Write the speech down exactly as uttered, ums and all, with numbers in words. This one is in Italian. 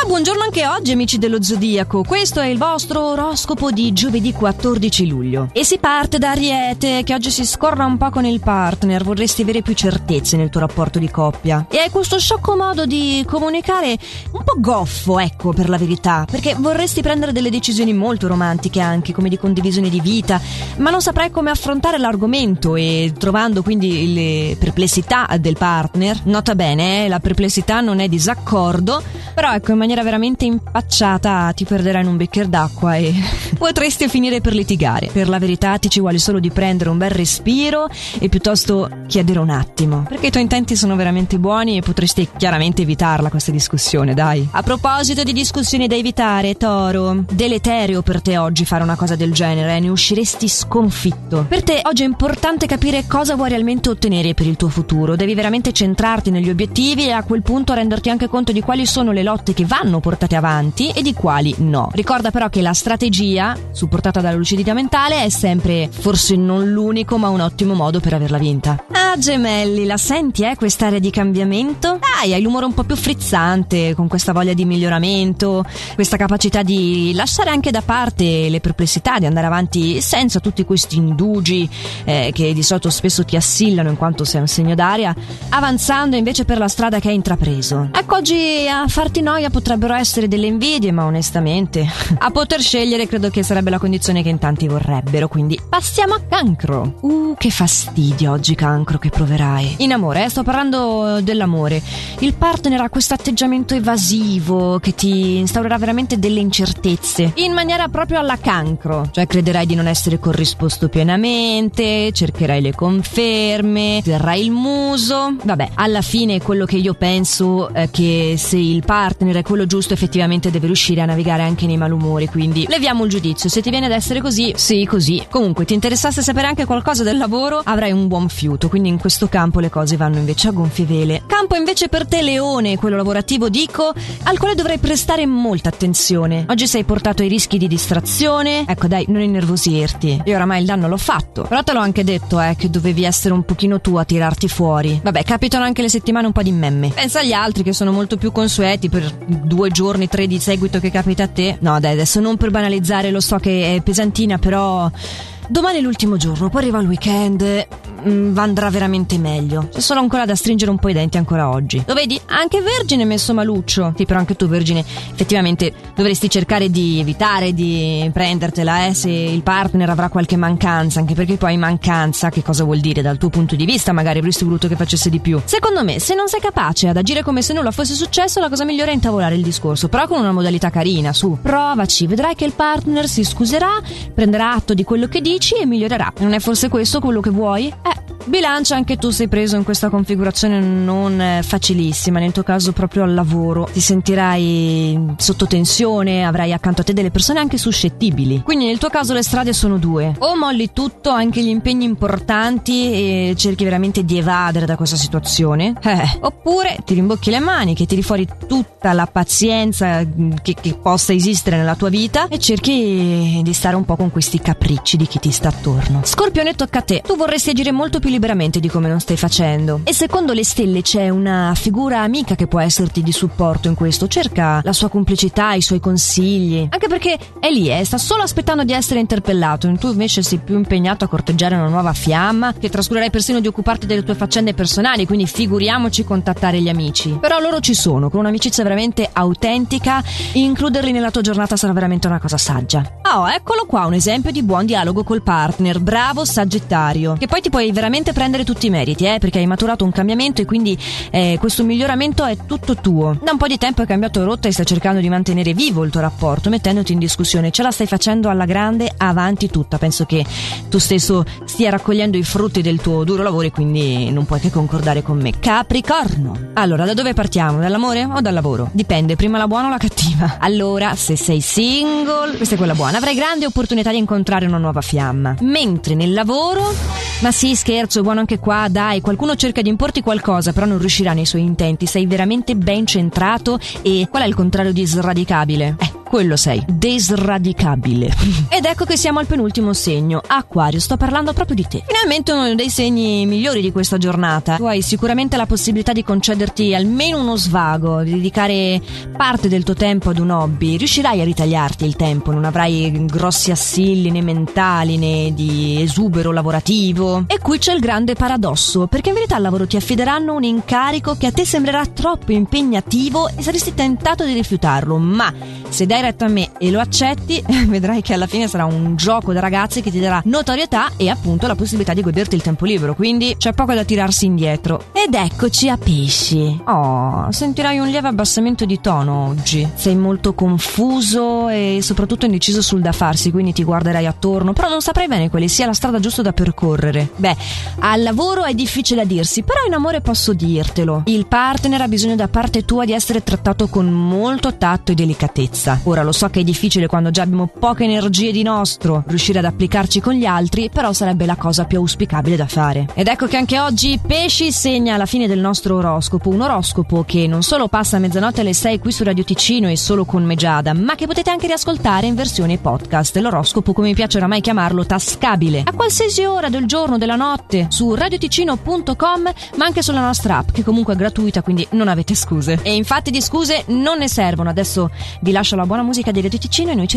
Ma buongiorno anche oggi, amici dello Zodiaco. Questo è il vostro oroscopo di giovedì quattordici luglio. E si parte da Ariete, che oggi si scorra un po' con il partner. Vorresti avere più certezze nel tuo rapporto di coppia. E hai questo sciocco modo di comunicare un po' goffo, ecco, per la verità. Perché vorresti prendere delle decisioni molto romantiche anche, come di condivisione di vita, ma non saprai come affrontare l'argomento e trovando quindi le perplessità del partner. Nota bene, eh, la perplessità non è disaccordo, però ecco, in maniera veramente impacciata ti perderai in un bicchiere d'acqua e potresti finire per litigare. Per la verità ti ci vuole solo di prendere un bel respiro e piuttosto chiedere un attimo, perché i tuoi intenti sono veramente buoni e potresti chiaramente evitarla questa discussione, dai. A proposito di discussioni da evitare, Toro, deleterio per te oggi fare una cosa del genere, eh? Ne usciresti sconfitto. Per te oggi è importante capire cosa vuoi realmente ottenere per il tuo futuro. Devi veramente centrarti negli obiettivi e a quel punto renderti anche conto di quali sono le lotte che vanno portate avanti e di quali no. Ricorda però che la strategia, supportata dalla lucidità mentale, è sempre, forse non l'unico, ma un ottimo modo per averla vinta. Ah, Gemelli, la senti, eh, quest'area di cambiamento? Dai, hai l'umore un po' più frizzante, con questa voglia di miglioramento, questa capacità di lasciare anche da parte le perplessità, di andare avanti senza tutti questi indugi eh, che di solito spesso ti assillano in quanto sei un segno d'aria, avanzando invece per la strada che hai intrapreso. Ecco, oggi a farti noia potrebbero essere delle invidie, ma onestamente a poter scegliere credo che sarebbe la condizione che in tanti vorrebbero, quindi passiamo a Cancro. Uh, che fastidio oggi, Cancro, che proverai. In amore, eh, sto parlando dell'amore. Il partner ha questo atteggiamento evasivo che ti instaurerà veramente delle incertezze, in maniera proprio alla Cancro, cioè crederai di non essere corrisposto pienamente, cercherai le conferme, terrai il muso. Vabbè, alla fine quello che io penso è che se il partner è quello giusto effettivamente deve riuscire a navigare anche nei malumori, quindi leviamo il giudizio. Se ti viene ad essere così, sì, così. Comunque ti interessasse sapere anche qualcosa del lavoro, avrai un buon fiuto, quindi in questo campo le cose vanno invece a gonfie vele. Campo invece per te, Leone, quello lavorativo dico, al quale dovrai prestare molta attenzione. Oggi sei portato ai rischi di distrazione. Ecco, dai, non innervosirti, io oramai il danno l'ho fatto, però te l'ho anche detto, eh, che dovevi essere un pochino tu a tirarti fuori. Vabbè, capitano anche le settimane un po' di memme. Pensa agli altri che sono molto più consueti per due giorni, tre di seguito che capita a te. No, dai, adesso non per banalizzare, lo so che è pesantina, però domani è l'ultimo giorno, poi arriva il weekend, mm, andrà veramente meglio. C'è solo ancora da stringere un po' i denti ancora oggi. Lo vedi? Anche Vergine è messo maluccio. Sì, però anche tu, Vergine, effettivamente dovresti cercare di evitare di prendertela, eh, se il partner avrà qualche mancanza, anche perché poi mancanza che cosa vuol dire dal tuo punto di vista? Magari avresti voluto che facesse di più. Secondo me, se non sei capace ad agire come se nulla fosse successo, la cosa migliore è intavolare il discorso, però con una modalità carina, su. Provaci, vedrai che il partner si scuserà, prenderà atto di quello che dici e migliorerà. Non è forse questo quello che vuoi? Eh, Bilancia, anche tu sei preso in questa configurazione non facilissima, nel tuo caso proprio al lavoro. Ti sentirai sotto tensione, avrai accanto a te delle persone anche suscettibili. Quindi nel tuo caso le strade sono due: o molli tutto, anche gli impegni importanti, e cerchi veramente di evadere da questa situazione, eh, oppure ti rimbocchi le maniche, tiri fuori tutta la pazienza che, che possa esistere nella tua vita e cerchi di stare un po' con questi capricci di chi ti sta attorno. Scorpione, tocca a te. Tu vorresti agire molto più liberamente di come non stai facendo, e secondo le stelle c'è una figura amica che può esserti di supporto in questo. Cerca la sua complicità, i suoi consigli, anche perché è lì, eh, sta solo aspettando di essere interpellato, e tu invece sei più impegnato a corteggiare una nuova fiamma, che trascurerai persino di occuparti delle tue faccende personali, quindi figuriamoci contattare gli amici. Però loro ci sono, con un'amicizia veramente autentica, includerli nella tua giornata sarà veramente una cosa saggia. Oh, eccolo qua un esempio di buon dialogo col partner. Bravo Sagittario, che poi ti puoi veramente prendere tutti i meriti, eh, perché hai maturato un cambiamento e quindi eh, questo miglioramento è tutto tuo. Da un po' di tempo hai cambiato rotta e stai cercando di mantenere vivo il tuo rapporto, mettendoti in discussione. Ce la stai facendo alla grande, avanti tutta. Penso che tu stesso stia raccogliendo i frutti del tuo duro lavoro e quindi non puoi che concordare con me. Capricorno. Allora, da dove partiamo? Dall'amore o dal lavoro? Dipende, prima la buona o la cattiva. Allora, se sei single, questa è quella buona, avrai grande opportunità di incontrare una nuova fiamma. Mentre nel lavoro, ma sì, scherzo, è buono anche qua, dai, qualcuno cerca di importi qualcosa, però non riuscirà nei suoi intenti. Sei veramente ben centrato. E qual è il contrario di sradicabile? Eh, quello sei, desradicabile. Ed ecco che siamo al penultimo segno, Acquario. Sto parlando proprio di te. Finalmente uno dei segni migliori di questa giornata. Tu hai sicuramente la possibilità di concederti almeno uno svago, di dedicare parte del tuo tempo ad un hobby. Riuscirai a ritagliarti il tempo, non avrai grossi assilli né mentali né di esubero lavorativo. E qui c'è il grande paradosso, perché in verità al lavoro ti affideranno un incarico che a te sembrerà troppo impegnativo e saresti tentato di rifiutarlo, ma se dai retta a me e lo accetti, vedrai che alla fine sarà un gioco da ragazzi che ti darà notorietà e appunto la possibilità di goderti il tempo libero, quindi c'è poco da tirarsi indietro. Ed eccoci a Pesci. Oh, sentirai un lieve abbassamento di tono oggi. Sei molto confuso e soprattutto indeciso sul da farsi, quindi ti guarderai attorno, però non saprai bene quale sia la strada giusta da percorrere. Beh, al lavoro è difficile a dirsi, però in amore posso dirtelo. Il partner ha bisogno da parte tua di essere trattato con molto tatto e delicatezza. Ora lo so che è difficile quando già abbiamo poche energie di nostro riuscire ad applicarci con gli altri, però sarebbe la cosa più auspicabile da fare. Ed ecco che anche oggi Pesci segna la fine del nostro oroscopo, un oroscopo che non solo passa a mezzanotte alle sei qui su Radio Ticino e solo con me Giada, ma che potete anche riascoltare in versione podcast. L'oroscopo, come mi piace oramai chiamarlo, tascabile, a qualsiasi ora del giorno, della notte, su radioticino punto com, ma anche sulla nostra app, che comunque è gratuita, quindi non avete scuse. E infatti di scuse non ne servono. Adesso vi lascio la buona musica di Radio Ticino e noi ci